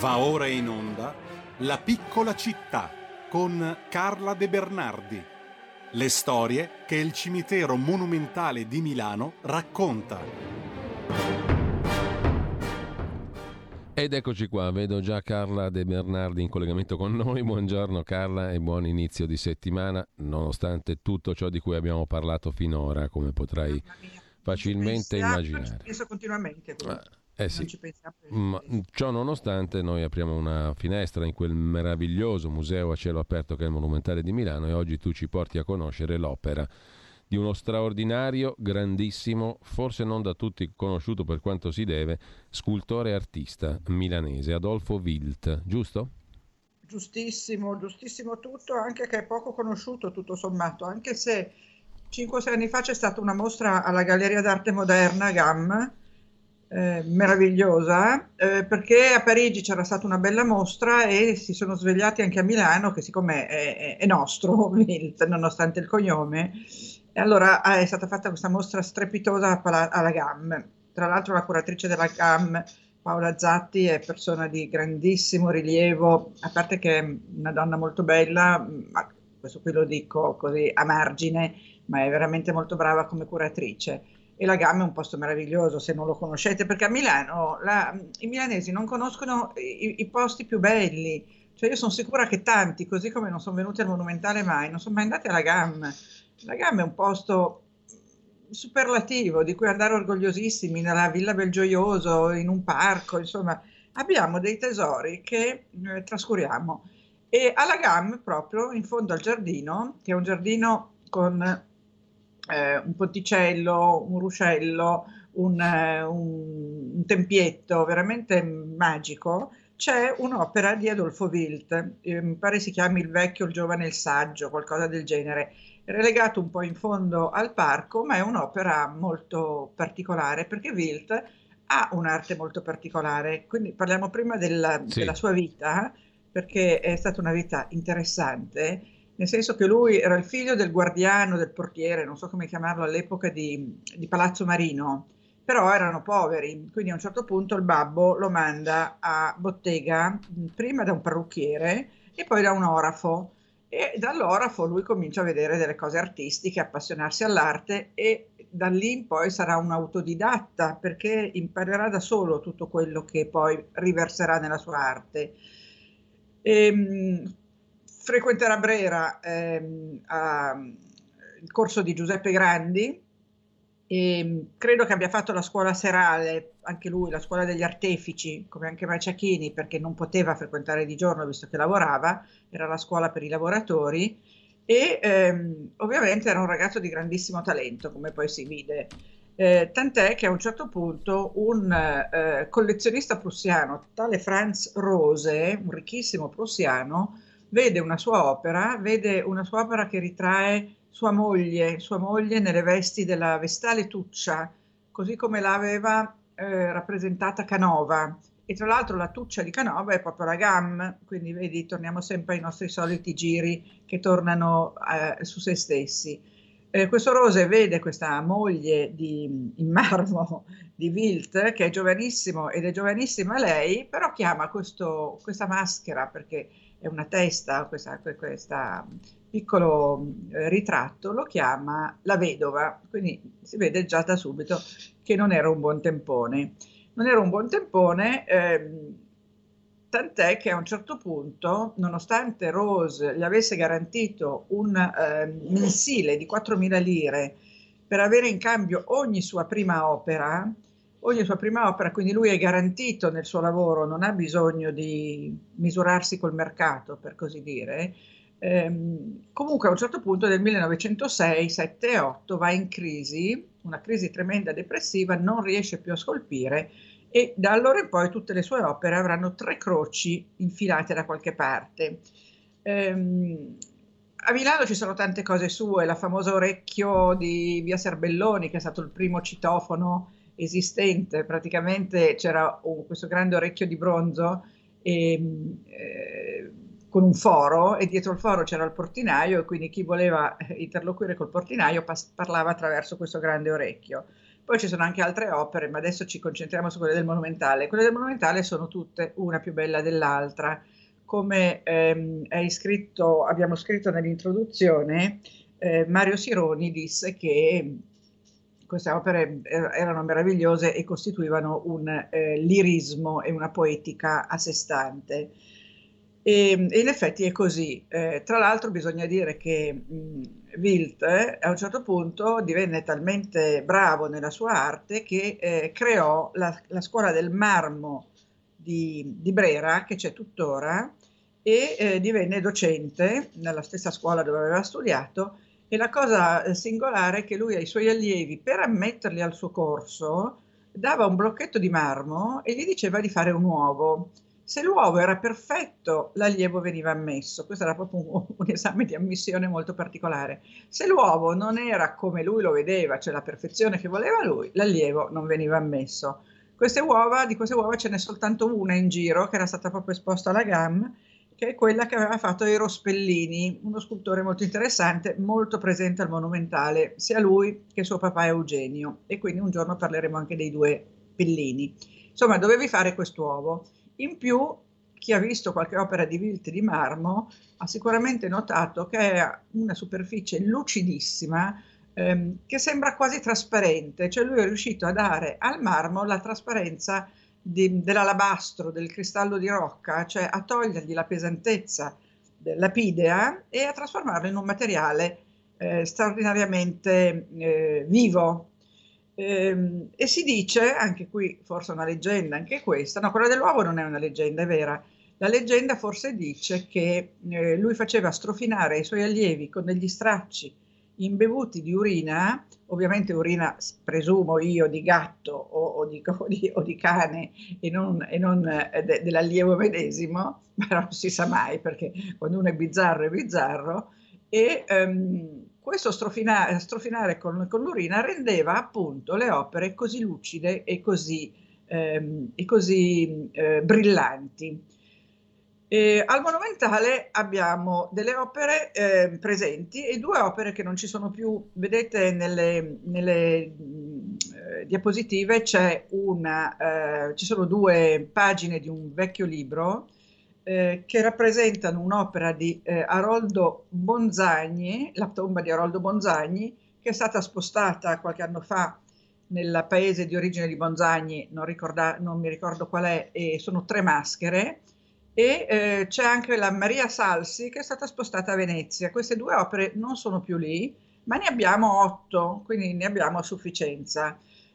Va ora in onda La piccola città con Carla De Bernardi. Le storie che il cimitero monumentale di Milano racconta. Ed eccoci qua, vedo già Carla De Bernardi in collegamento con noi. Buongiorno Carla e buon inizio di settimana, nonostante tutto ciò di cui abbiamo parlato finora, come potrai facilmente immaginare. Ci penso continuamente, Sì. Non ci pensiamo. Ma ciò nonostante noi apriamo una finestra in quel meraviglioso museo a cielo aperto che è il Monumentale di Milano e oggi tu ci porti a conoscere l'opera di uno straordinario, grandissimo, forse non da tutti conosciuto per quanto si deve, scultore e artista milanese, Adolfo Wild, giusto? Giustissimo tutto, anche che è poco conosciuto tutto sommato, anche se 5-6 anni fa c'è stata una mostra alla Galleria d'Arte Moderna, GAM, meravigliosa, perché a Parigi c'era stata una bella mostra e si sono svegliati anche a Milano, che siccome è nostro, Wild, nonostante il cognome, e allora è stata fatta questa mostra strepitosa alla GAM. Tra l'altro la curatrice della GAM, Paola Zatti, è persona di grandissimo rilievo, a parte che è una donna molto bella, ma questo qui lo dico così a margine, ma è veramente molto brava come curatrice. E la GAM è un posto meraviglioso se non lo conoscete, perché a Milano i milanesi non conoscono i posti più belli. Cioè io sono sicura che tanti, così come non sono venuti al Monumentale mai, non sono mai andati alla GAM. La GAM è un posto superlativo di cui andare orgogliosissimi, nella Villa Belgioioso, in un parco, insomma, abbiamo dei tesori che trascuriamo. E alla GAM, proprio in fondo al giardino, che è un giardino con un ponticello, un ruscello, un tempietto veramente magico, c'è un'opera di Adolfo Wild, mi pare si chiami Il vecchio, il giovane, il saggio, qualcosa del genere, relegato un po' in fondo al parco, ma è un'opera molto particolare perché Wild ha un'arte molto particolare, quindi parliamo prima della sua vita, perché è stata una vita interessante, nel senso che lui era il figlio del guardiano, del portiere, non so come chiamarlo all'epoca di Palazzo Marino, però erano poveri, quindi a un certo punto il babbo lo manda a bottega, prima da un parrucchiere e poi da un orafo, e dall'orafo lui comincia a vedere delle cose artistiche, appassionarsi all'arte e da lì in poi sarà un autodidatta perché imparerà da solo tutto quello che poi riverserà nella sua arte. Frequenterà Brera il corso di Giuseppe Grandi e credo che abbia fatto la scuola serale, anche lui, la scuola degli artefici, come anche Maciachini, perché non poteva frequentare di giorno visto che lavorava, era la scuola per i lavoratori e ovviamente era un ragazzo di grandissimo talento, come poi si vide. Tant'è che a un certo punto un collezionista prussiano, tale Franz Rose, un ricchissimo prussiano, vede una sua opera che ritrae sua moglie nelle vesti della Vestale Tuccia, così come l'aveva rappresentata Canova. E tra l'altro la Tuccia di Canova è proprio la GAM, quindi vedi, torniamo sempre ai nostri soliti giri che tornano su se stessi. Questo Rose vede questa moglie in marmo di Wild, che è giovanissimo ed è giovanissima lei, però chiama questa maschera, perché è una testa, questa piccolo ritratto, lo chiama la vedova, quindi si vede già da subito che non era un buon tempone. Non era un buon tempone, tant'è che a un certo punto, nonostante Rose gli avesse garantito un mensile di 4.000 lire per avere in cambio ogni sua prima opera, quindi lui è garantito nel suo lavoro, non ha bisogno di misurarsi col mercato, per così dire. Comunque a un certo punto del 1906, 7 e 8 va in crisi, una crisi tremenda depressiva, non riesce più a scolpire e da allora in poi tutte le sue opere avranno 3 croci infilate da qualche parte. A Milano ci sono tante cose sue, la famosa Orecchio di via Serbelloni, che è stato il primo citofono esistente, praticamente c'era questo grande orecchio di bronzo con un foro e dietro il foro c'era il portinaio e quindi chi voleva interloquire col portinaio parlava attraverso questo grande orecchio. Poi ci sono anche altre opere, ma adesso ci concentriamo su quelle del Monumentale. Quelle del Monumentale sono tutte una più bella dell'altra. Come abbiamo scritto nell'introduzione, Mario Sironi disse che queste opere erano meravigliose e costituivano un lirismo e una poetica a sé stante. E in effetti è così. Tra l'altro bisogna dire che Wild a un certo punto divenne talmente bravo nella sua arte che creò la scuola del marmo di Brera, che c'è tuttora, e divenne docente nella stessa scuola dove aveva studiato. E la cosa singolare è che lui ai suoi allievi, per ammetterli al suo corso, dava un blocchetto di marmo e gli diceva di fare un uovo. Se l'uovo era perfetto, l'allievo veniva ammesso. Questo era proprio un esame di ammissione molto particolare. Se l'uovo non era come lui lo vedeva, cioè la perfezione che voleva lui, l'allievo non veniva ammesso. Di queste uova ce n'è soltanto una in giro, che era stata proprio esposta alla GAM, che è quella che aveva fatto Eero Spellini, uno scultore molto interessante, molto presente al Monumentale, sia lui che suo papà Eugenio. E quindi un giorno parleremo anche dei due Pellini. Insomma, dovevi fare quest'uovo. In più, chi ha visto qualche opera di Wild di marmo ha sicuramente notato che è una superficie lucidissima, che sembra quasi trasparente, cioè lui è riuscito a dare al marmo la trasparenza dell'alabastro, del cristallo di rocca, cioè a togliergli la pesantezza lapidea e a trasformarlo in un materiale straordinariamente vivo. E si dice, anche qui forse una leggenda, anche questa, no, quella dell'uovo non è una leggenda, è vera. La leggenda forse dice che lui faceva strofinare i suoi allievi con degli stracci imbevuti di urina, ovviamente urina, presumo io, di gatto o di cane e non dell'allievo medesimo, però non si sa mai perché quando uno è bizzarro, e questo strofinare con l'urina rendeva appunto le opere così lucide e così brillanti. Al Monumentale abbiamo delle opere presenti e due opere che non ci sono più. Vedete nelle diapositive ci sono due pagine di un vecchio libro che rappresentano un'opera di Aroldo Bonzagni, la tomba di Aroldo Bonzagni, che è stata spostata qualche anno fa nel paese di origine di Bonzagni, non mi ricordo qual è, e sono 3 maschere. E c'è anche la Maria Salsi che è stata spostata a Venezia. Queste 2 opere non sono più lì, ma ne abbiamo 8, quindi ne abbiamo a sufficienza.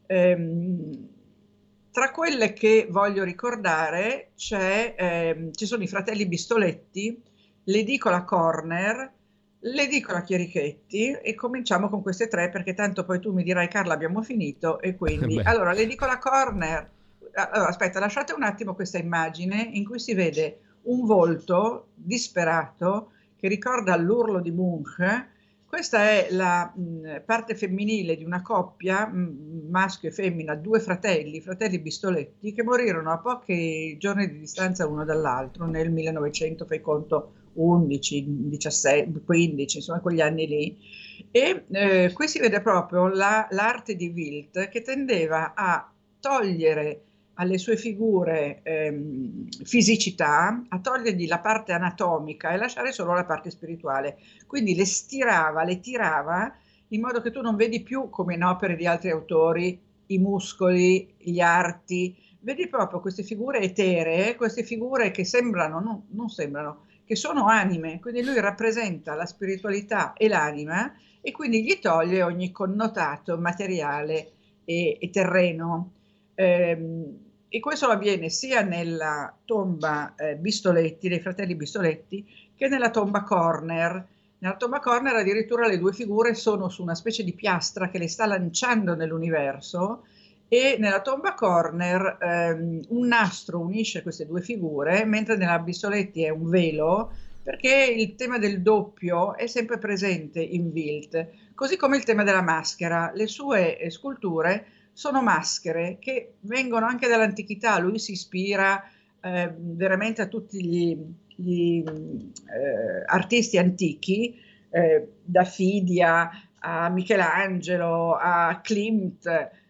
Tra quelle che voglio ricordare ci sono i fratelli Bistoletti, l'edicola Corner, l'edicola Chierichetti, e cominciamo con queste 3 perché tanto poi tu mi dirai Carla abbiamo finito e quindi allora l'edicola Corner. Allora, aspetta, lasciate un attimo questa immagine in cui si vede un volto disperato che ricorda l'urlo di Munch. Questa è la parte femminile di una coppia, maschio e femmina, 2 fratelli Bistoletti, che morirono a pochi giorni di distanza uno dall'altro nel 1900, fai conto, 11, 17, 15, insomma quegli anni lì. E qui si vede proprio l'arte di Wild che tendeva a togliere alle sue figure fisicità, a togliergli la parte anatomica e lasciare solo la parte spirituale. Quindi le stirava, le tirava in modo che tu non vedi più, come in opere di altri autori, i muscoli, gli arti, vedi proprio queste figure eteree, queste figure che sembrano, non sembrano, che sono anime. Quindi lui rappresenta la spiritualità e l'anima e quindi gli toglie ogni connotato materiale e terreno. E questo avviene sia nella tomba Bistoletti, dei fratelli Bistoletti, che nella tomba Corner. Nella tomba Corner addirittura le 2 figure sono su una specie di piastra che le sta lanciando nell'universo, e nella tomba Corner un nastro unisce queste 2 figure, mentre nella Bistoletti è un velo, perché il tema del doppio è sempre presente in Wild, così come il tema della maschera. Le sue sculture sono maschere che vengono anche dall'antichità. Lui si ispira veramente a tutti gli artisti antichi, da Fidia a Michelangelo a Klimt,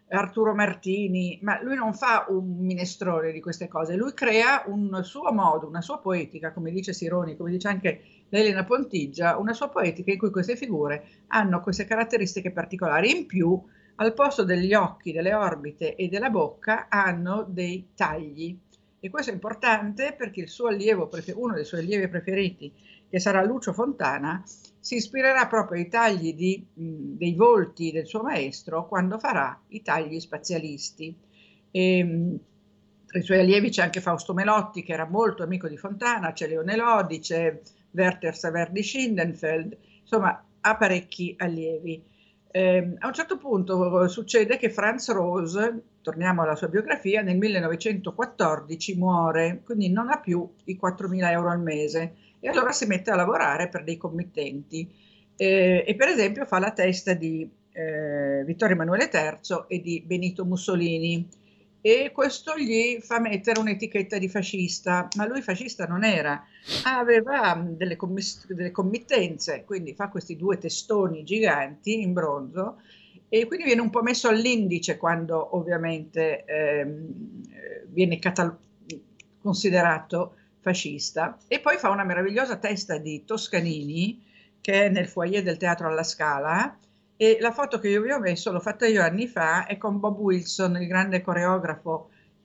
Arturo Martini, ma lui non fa un minestrone di queste cose, lui crea un suo modo, una sua poetica, come dice Sironi, come dice anche Elena Pontigia, una sua poetica in cui queste figure hanno queste caratteristiche particolari. In più, al posto degli occhi, delle orbite e della bocca, hanno dei tagli. E questo è importante perché il suo allievo, uno dei suoi allievi preferiti, che sarà Lucio Fontana, si ispirerà proprio ai tagli dei volti del suo maestro quando farà i tagli spazialisti. Tra i suoi allievi c'è anche Fausto Melotti, che era molto amico di Fontana, c'è Leone Lodi, c'è Werther Saverdi Schindenfeld, insomma ha parecchi allievi. A un certo punto succede che Franz Rose, torniamo alla sua biografia, nel 1914 muore, quindi non ha più i 4.000 euro al mese e allora si mette a lavorare per dei committenti e per esempio fa la testa di Vittorio Emanuele III e di Benito Mussolini e questo gli fa mettere un'etichetta di fascista, ma lui fascista non era, aveva delle committenze, quindi fa questi 2 testoni giganti in bronzo e quindi viene un po' messo all'indice quando ovviamente viene considerato fascista. E poi fa una meravigliosa testa di Toscanini che è nel foyer del Teatro alla Scala e la foto che io vi ho messo, l'ho fatta io anni fa, è con Bob Wilson, il grande coreografo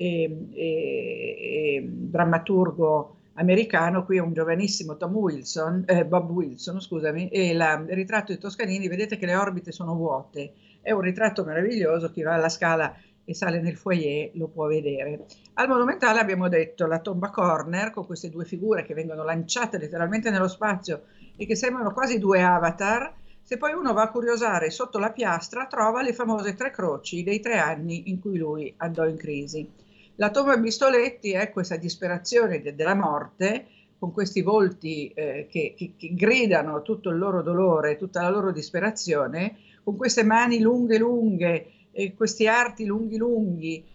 e drammaturgo americano. Qui è un giovanissimo Bob Wilson, scusami, e il ritratto di Toscanini, vedete che le orbite sono vuote, è un ritratto meraviglioso, chi va alla Scala e sale nel foyer lo può vedere. Al Monumentale abbiamo detto la tomba corner con queste 2 figure che vengono lanciate letteralmente nello spazio e che sembrano quasi 2 avatar. Se poi uno va a curiosare sotto la piastra trova le famose 3 croci dei 3 anni in cui lui andò in crisi. La tomba Bistoletti è questa disperazione della morte con questi volti che gridano tutto il loro dolore, tutta la loro disperazione, con queste mani lunghe lunghe e questi arti lunghi lunghi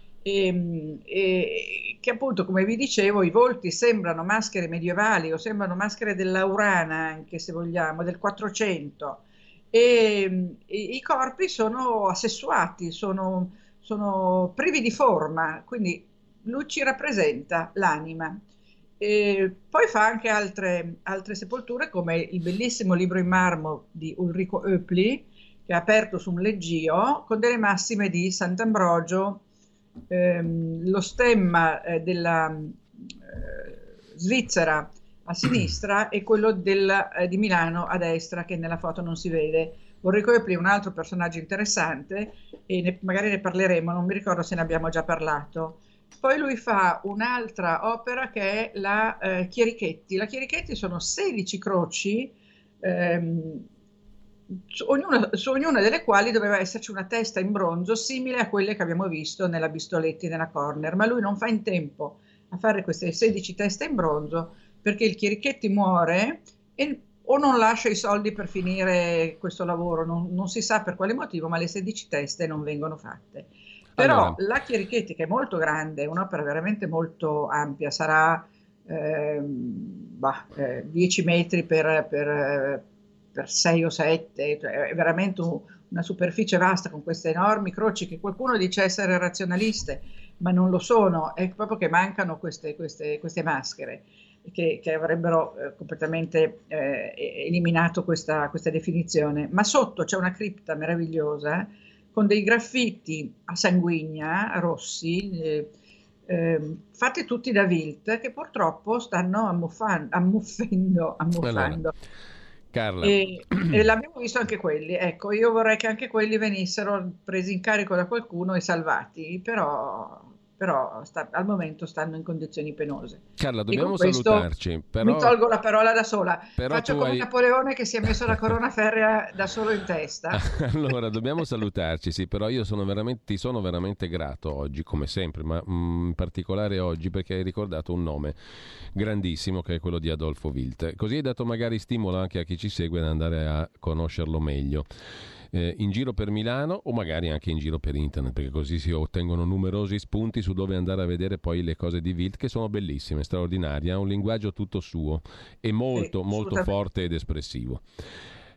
che appunto, come vi dicevo, i volti sembrano maschere medievali o sembrano maschere dell'Aurana, anche se vogliamo, del 400, e i corpi sono assessuati, sono privi di forma, quindi lui ci rappresenta l'anima. Poi fa anche altre sepolture, come il bellissimo libro in marmo di Ulrico Oepli, che è aperto su un leggio, con delle massime di Sant'Ambrogio, lo stemma della Svizzera a sinistra e quello di Milano a destra, che nella foto non si vede. Ulrico Oepli è un altro personaggio interessante e magari ne parleremo, non mi ricordo se ne abbiamo già parlato. Poi lui fa un'altra opera che è la Chierichetti. La Chierichetti sono 16 croci, su ognuna delle quali doveva esserci una testa in bronzo simile a quelle che abbiamo visto nella Bistoletti nella corner, ma lui non fa in tempo a fare queste 16 teste in bronzo perché il Chierichetti muore o non lascia i soldi per finire questo lavoro, non si sa per quale motivo, ma le 16 teste non vengono fatte. Però allora, la Chierichetti, che è molto grande, è un'opera veramente molto ampia, sarà 10 metri per 6 o 7, cioè è veramente una superficie vasta con queste enormi croci che qualcuno dice essere razionaliste, ma non lo sono, è proprio che mancano queste maschere che avrebbero completamente eliminato questa definizione. Ma sotto c'è una cripta meravigliosa con dei graffiti a sanguigna rossi, fatti tutti da Wilt, che purtroppo stanno ammuffendo. allora, Carla, E l'abbiamo visto anche quelli. Ecco, io vorrei che anche quelli venissero presi in carico da qualcuno e salvati, però al momento stanno in condizioni penose. Carla, E dobbiamo con questo salutarci, mi tolgo la parola da sola. però Faccio tu come hai... Napoleone che si è messo la corona ferrea da solo in testa. Allora, dobbiamo salutarci, sì, però io ti sono veramente grato oggi, come sempre, ma in particolare oggi perché hai ricordato un nome grandissimo che è quello di Adolfo Wilt. Così hai dato magari stimolo anche a chi ci segue ad andare a conoscerlo meglio. In giro per Milano o magari anche in giro per internet, perché così si ottengono numerosi spunti su dove andare a vedere poi le cose di Wilt, che sono bellissime, straordinarie, ha un linguaggio tutto suo e molto molto forte ed espressivo.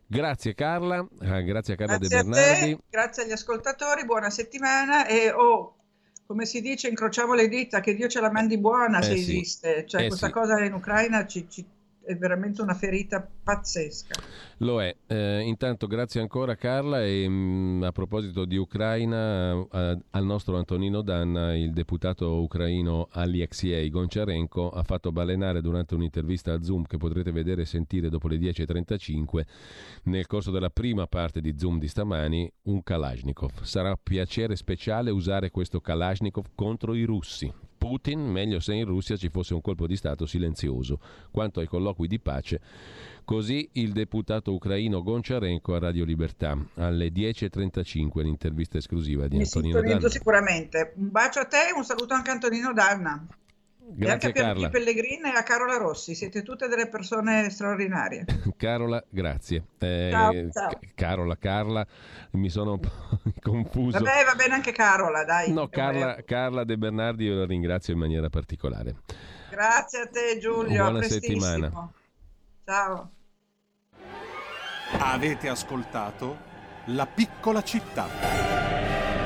Grazie Carla, grazie a Carla De Grazie a Bernardi. te, grazie agli ascoltatori, buona settimana e come si dice, incrociamo le dita che Dio ce la mandi buona se sì. esiste. Cioè questa Sì. cosa in Ucraina è veramente una ferita pazzesca. Lo è. Intanto grazie ancora Carla e a proposito di Ucraina, al nostro Antonino Danna, il deputato ucraino Alexei Goncharenko ha fatto balenare durante un'intervista a Zoom che potrete vedere e sentire dopo le 10.35 nel corso della prima parte di Zoom di stamani un Kalashnikov. Sarà piacere speciale usare questo Kalashnikov contro i russi. Putin, meglio se in Russia ci fosse un colpo di Stato silenzioso. Quanto ai colloqui di pace, così il deputato ucraino Goncharenko a Radio Libertà alle 10.35, l'intervista esclusiva di Antonino Danna. Sicuramente. Un bacio a te e un saluto anche a Antonino Danna. Grazie e anche a Carla. Pierluigi Pellegrini e a Carola Rossi, siete tutte delle persone straordinarie. Carola, grazie. Ciao. Carla, mi sono un po' confuso. Vabbè, va bene anche Carola, dai. No, Carla De Bernardi io la ringrazio in maniera particolare. Grazie a te Giulio, buona a settimana. Ciao. Avete ascoltato La piccola città.